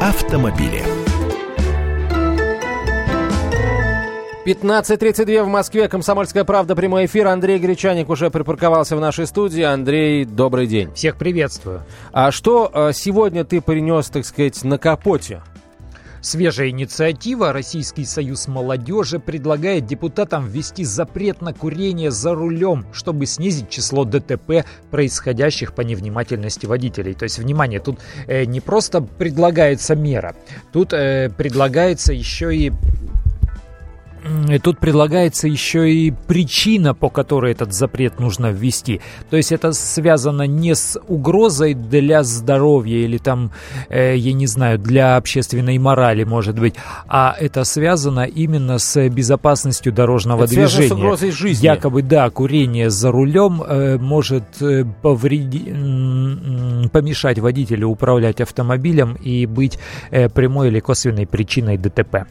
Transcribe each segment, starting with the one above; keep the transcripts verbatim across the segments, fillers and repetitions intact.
автомобили. пятнадцать тридцать два в Москве. «Комсомольская правда», прямой эфир. Андрей Гречаник уже припарковался в нашей студии. Андрей, добрый день. Всех приветствую. А что сегодня ты принес, так сказать, на капоте? Свежая инициатива. Российский союз молодежи предлагает депутатам ввести запрет на курение за рулем, чтобы снизить число ДТП, происходящих по невнимательности водителей. То есть, внимание, тут э, не просто предлагается мера, тут э, предлагается еще и... Тут предлагается еще и причина, по которой этот запрет нужно ввести. То есть это связано не с угрозой для здоровья или там, э, я не знаю, для общественной морали, может быть, а это связано именно с безопасностью дорожного это движения. Связано с угрозой жизни. Якобы, да, курение за рулем э, может э, повреди... помешать водителю управлять автомобилем и быть э, прямой или косвенной причиной ДТП.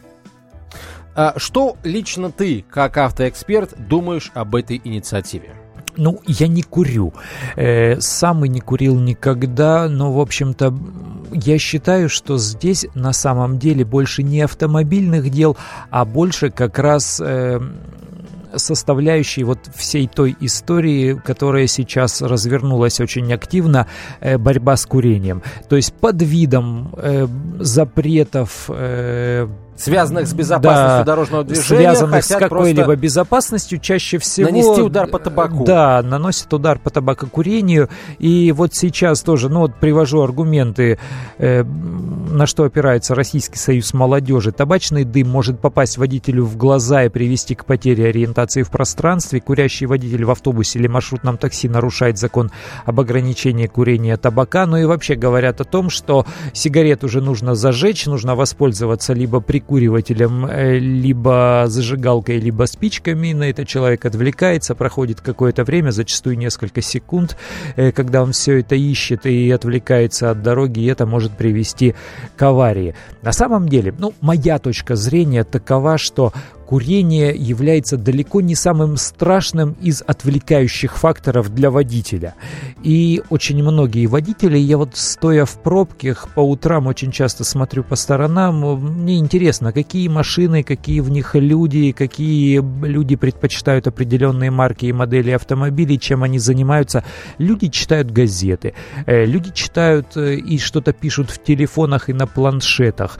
Что лично ты, как автоэксперт, думаешь об этой инициативе? Ну, я не курю. Э, сам и не курил никогда, но, в общем-то, я считаю, что здесь на самом деле больше не автомобильных дел, а больше как раз... Э, составляющей вот всей той истории, которая сейчас развернулась очень активно, э, борьба с курением. То есть под видом э, запретов... Э, связанных с безопасностью да, дорожного движения, связанных с какой-либо безопасностью, чаще всего... Нанести удар по табаку. Да, наносят удар по табакокурению. И вот сейчас тоже, ну вот привожу аргументы, э, на что опирается Российский союз молодежи. Табачный дым может попасть водителю в глаза и привести к потере ориентации в пространстве. Курящий водитель в автобусе или маршрутном такси нарушает закон об ограничении курения табака. Ну и вообще говорят о том, что сигарет уже нужно зажечь, нужно воспользоваться либо прикурением, куривателем, либо зажигалкой, либо спичками. На это человек отвлекается, проходит какое-то время, зачастую несколько секунд, когда он все это ищет и отвлекается от дороги, и это может привести к аварии. На самом деле, ну, моя точка зрения такова, что курение является далеко не самым страшным из отвлекающих факторов для водителя. И очень многие водители, я вот стоя в пробках по утрам очень часто смотрю по сторонам, мне интересно, какие машины, какие в них люди, какие люди предпочитают определенные марки и модели автомобилей, чем они занимаются. Люди читают газеты, люди читают и что-то пишут в телефонах и на планшетах.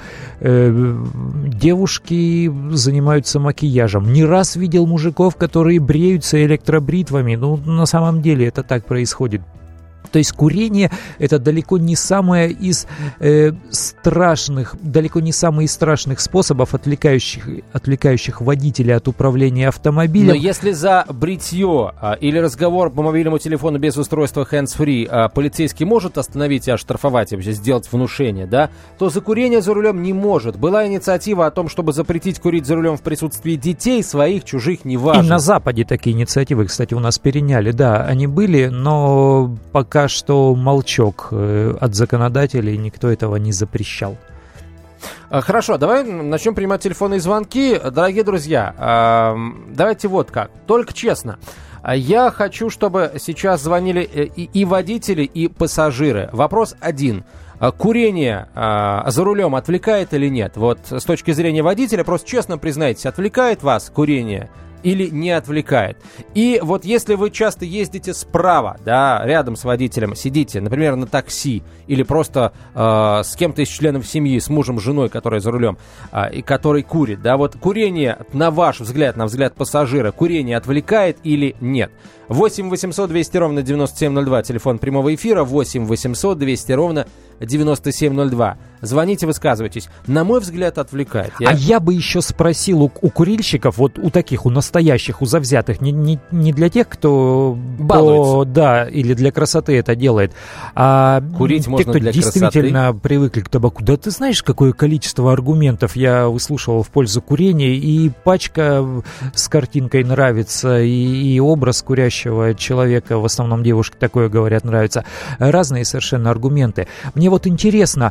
Девушки занимаются макияжем. Не раз видел мужиков, которые бреются электробритвами. Ну, на самом деле это так происходит. То есть курение – это далеко не самое из э, страшных, далеко не самый из страшных способов, отвлекающих, отвлекающих водителя от управления автомобилем. Но если за бритье а, или разговор по мобильному телефону без устройства hands-free а, полицейский может остановить и оштрафовать, вообще сделать внушение, да, то за курение за рулем не может. Была инициатива о том, чтобы запретить курить за рулем в присутствии детей, своих, чужих, неважно. И на Западе такие инициативы, кстати, у нас переняли. Да, они были, но пока что молчок от законодателей, никто этого не запрещал. Хорошо, давай начнем принимать телефонные звонки. Дорогие друзья, давайте вот как, только честно. Я хочу, чтобы сейчас звонили и, и водители, и пассажиры. Вопрос один. Курение а, за рулем отвлекает или нет? Вот с точки зрения водителя, просто честно признайтесь, отвлекает вас курение или не отвлекает? И вот если вы часто ездите справа, да, рядом с водителем, сидите, например, на такси, или просто э, с кем-то из членов семьи, с мужем, женой, который за рулем, э, и который курит, да, вот курение, на ваш взгляд, на взгляд пассажира, курение отвлекает или нет? восемь восемьсот двести ровно девяносто семь ноль два, телефон прямого эфира, восемь восемьсот двести ровно девяносто семь ноль два. Звоните, высказывайтесь. На мой взгляд, отвлекает. Я... А я бы еще спросил у, у курильщиков, вот у таких, у настоящих, у завзятых, не, не, не для тех, кто балуется, кто, да, или для красоты это делает, а курить те, можно кто для действительно красоты. Привыкли к табаку. Да ты знаешь, какое количество аргументов я выслушивал в пользу курения, и пачка с картинкой нравится, и, и образ курящего человека, в основном девушки такое говорят, нравится. Разные совершенно аргументы. Мне вот интересно,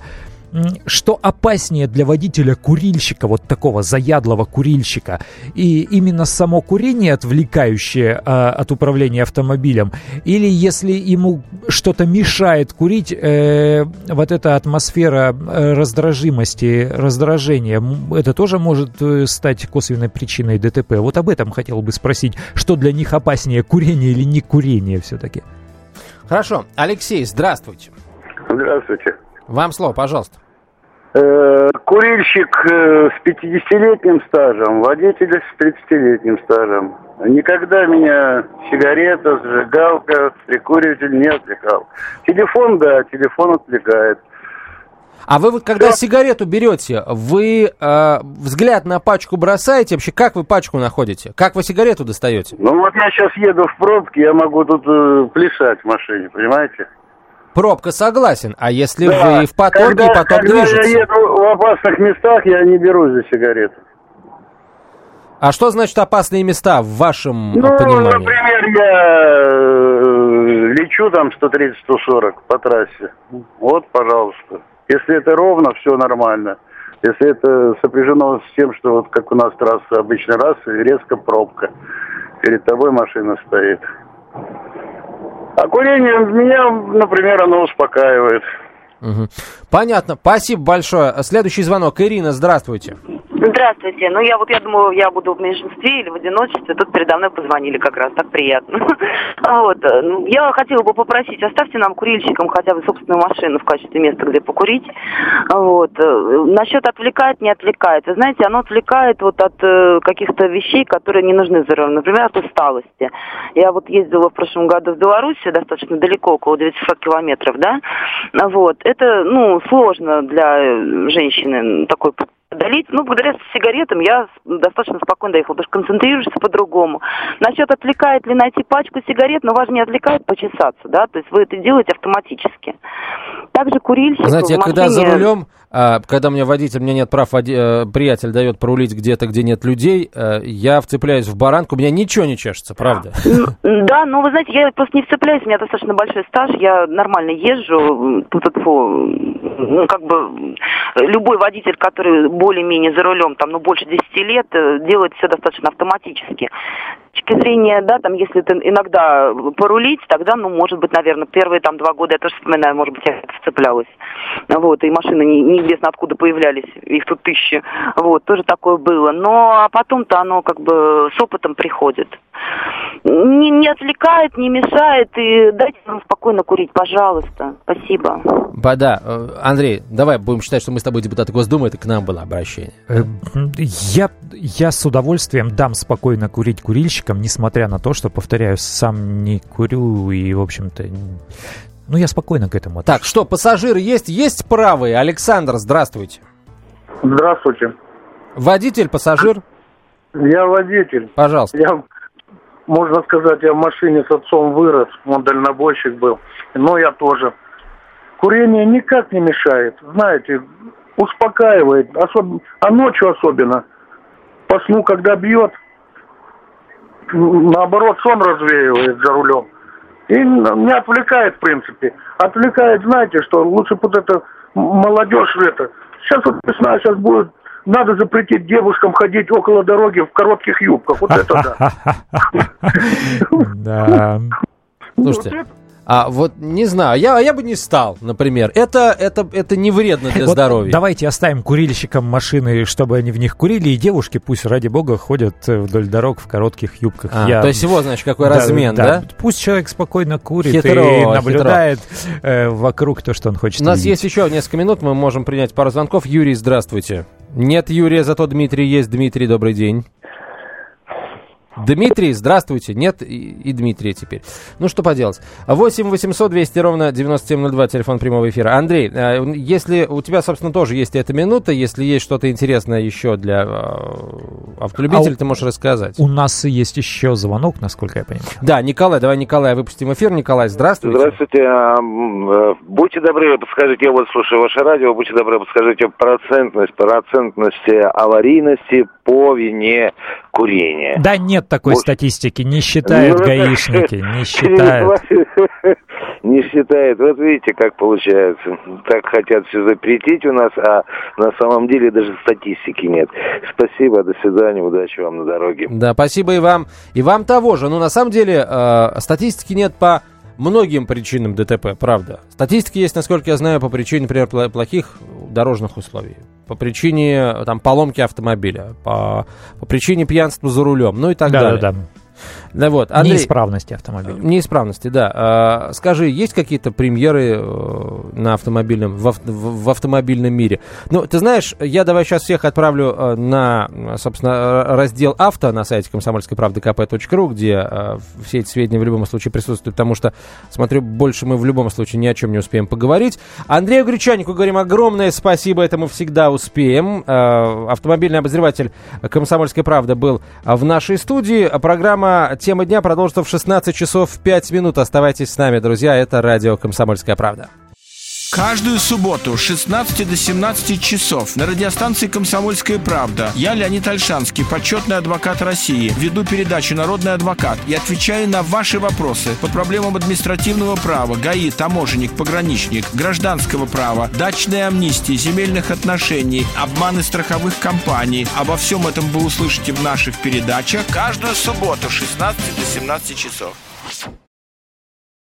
что опаснее для водителя-курильщика, вот такого заядлого курильщика, и именно само курение, отвлекающее а, от управления автомобилем, или если ему что-то мешает курить, э, вот эта атмосфера раздражимости, раздражения, это тоже может стать косвенной причиной ДТП. Вот об этом хотел бы спросить, что для них опаснее, курение или не курение все-таки? Хорошо. Алексей, здравствуйте. Здравствуйте. Вам слово, пожалуйста. Курильщик с пятидесятилетним стажем, водитель с тридцатилетним стажем. Никогда меня сигарета, зажигалка, прикуриватель не отвлекал. Телефон, да, телефон отвлекает. А вы, когда сигарету берете, вы э, взгляд на пачку бросаете? Вообще, как вы пачку находите? Как вы сигарету достаете? Ну вот я сейчас еду в пробке, я могу тут э, плясать в машине, понимаете? Пробка, согласен. А если да. вы в потоке, когда, и поток когда движется? Когда я еду в опасных местах, я не берусь за сигарету. А что значит опасные места в вашем ну, понимании? Ну, например, я э, лечу там сто тридцать - сто сорок по трассе. Вот, пожалуйста. Если это ровно, все нормально. Если это сопряжено с тем, что вот как у нас трасса обычно раз, и резко пробка. Перед тобой машина стоит. А курение меня, например, оно успокаивает. Угу. Понятно. Спасибо большое. Следующий звонок. Ирина, здравствуйте. Здравствуйте. Ну, я вот, я думаю, я буду в меньшинстве или в одиночестве. Тут передо мной позвонили как раз, так приятно. Вот. Я хотела бы попросить, оставьте нам, курильщикам, хотя бы собственную машину в качестве места, где покурить. Вот. Насчет отвлекает, не отвлекает. Вы знаете, оно отвлекает вот от каких-то вещей, которые не нужны за рулем. Например, от усталости. Я вот ездила в прошлом году в Белоруссию, достаточно далеко, около девятьсот километров, да. Вот. Это, ну, сложно для женщины такой удалить. Ну, благодаря сигаретам я достаточно спокойно доехала, потому что концентрируешься по-другому. Насчет отвлекает ли найти пачку сигарет, но вас не отвлекает почесаться, да, то есть вы это делаете автоматически. Также курильщик Знаете, я машине... когда за рулем, когда у меня водитель, у меня нет прав, приятель дает порулить где-то, где нет людей, я вцепляюсь в баранку, у меня ничего не чешется, правда? Да, но вы знаете, я просто не вцепляюсь, у меня достаточно большой стаж, я нормально езжу, ну, как бы любой водитель, который более-менее за рулем, там, ну, больше десяти лет, делает все достаточно автоматически. С точки зрения, да, там, если это иногда порулить, тогда, ну, может быть, наверное, первые там два года, я тоже вспоминаю, может быть, я вцеплялась. Вот, и машины не, неизвестно откуда появлялись, их тут тысячи. Вот, тоже такое было. Но а потом-то оно как бы с опытом приходит. Не, не отвлекает, не мешает, и дайте нам спокойно курить, пожалуйста. Спасибо. Да, Андрей, давай будем считать, что мы с тобой депутаты Госдумы, это к нам было обращение. Я, я с удовольствием дам спокойно курить курильщикам, несмотря на то, что, повторяю, сам не курю и, в общем-то, ну, я спокойно к этому отношусь. Так, что, пассажиры есть? Есть правые? Александр, здравствуйте. Здравствуйте. Водитель, пассажир? Я водитель. Пожалуйста. Я, можно сказать, я в машине с отцом вырос, он дальнобойщик был, но я тоже. Курение никак не мешает, знаете, успокаивает, особ... а ночью особенно. По сну, когда бьет, наоборот, сон развеивает за рулем. И не отвлекает, в принципе. Отвлекает, знаете, что лучше вот это молодежь это. Сейчас вот весна, сейчас будет, надо запретить девушкам ходить около дороги в коротких юбках. Вот это да. Да. Слушайте, а вот не знаю, я, я бы не стал, например. Это, это, это не вредно для вот здоровья. Давайте оставим курильщикам машины, чтобы они в них курили, и девушки пусть, ради бога, ходят вдоль дорог в коротких юбках. А, я... То есть его, значит, какой да, размен, да, да? Пусть человек спокойно курит хитро, и наблюдает хитро. Э, вокруг то, что он хочет У нас видеть. есть еще несколько минут, мы можем принять пару звонков. Юрий, здравствуйте. Нет Юрия, зато Дмитрий есть. Дмитрий, добрый день. Дмитрий, здравствуйте. Нет и, и Дмитрия теперь. Ну, что поделать. восемь восемьсот двести ровно девяносто семь ноль два, телефон прямого эфира. Андрей, если у тебя, собственно, тоже есть эта минута, если есть что-то интересное еще для автолюбителей, а ты можешь рассказать. У нас есть еще звонок, насколько я понимаю. Да, Николай, давай Николая выпустим эфир. Николай, здравствуйте. Здравствуйте. Будьте добры, подскажите, я вот слушаю ваше радио, будьте добры, подскажите процентность, процентность аварийности по вине курения. Да нет такой вот статистики, не считают ну, гаишники, не считают. не считает. Вот видите, как получается. Так хотят все запретить у нас, а на самом деле даже статистики нет. Спасибо, до свидания, удачи вам на дороге. Да, спасибо и вам. И вам того же. Ну, на самом деле, э, статистики нет по многим причинам ДТП, правда. Статистики есть, насколько я знаю, по причине, например, плохих дорожных условий, по причине там, поломки автомобиля, по, по причине пьянства за рулем, ну и так да, далее. Да, да. Да, вот, Андрей, неисправности автомобиля. Неисправности, да. А, скажи, есть какие-то премьеры на автомобильном, в, в, в автомобильном мире? Ну, ты знаешь, я давай сейчас всех отправлю на, собственно, раздел авто на сайте комсомольской правды ка пэ точка ру, где а, все эти сведения в любом случае присутствуют, потому что, смотрю, больше мы в любом случае ни о чем не успеем поговорить. Андрею Гречанику говорим огромное спасибо, это мы всегда успеем. А, автомобильный обозреватель «Комсомольской правды» был в нашей студии. Программа «Тема дня» продолжится в шестнадцать часов пять минут. Оставайтесь с нами, друзья. Это радио «Комсомольская правда». Каждую субботу с шестнадцати до семнадцати часов на радиостанции «Комсомольская правда» я, Леонид Ольшанский, почетный адвокат России, веду передачу «Народный адвокат» и отвечаю на ваши вопросы по проблемам административного права, ГАИ, таможенник, пограничник, гражданского права, дачной амнистии, земельных отношений, обманы страховых компаний. Обо всем этом вы услышите в наших передачах каждую субботу с шестнадцати до семнадцати часов.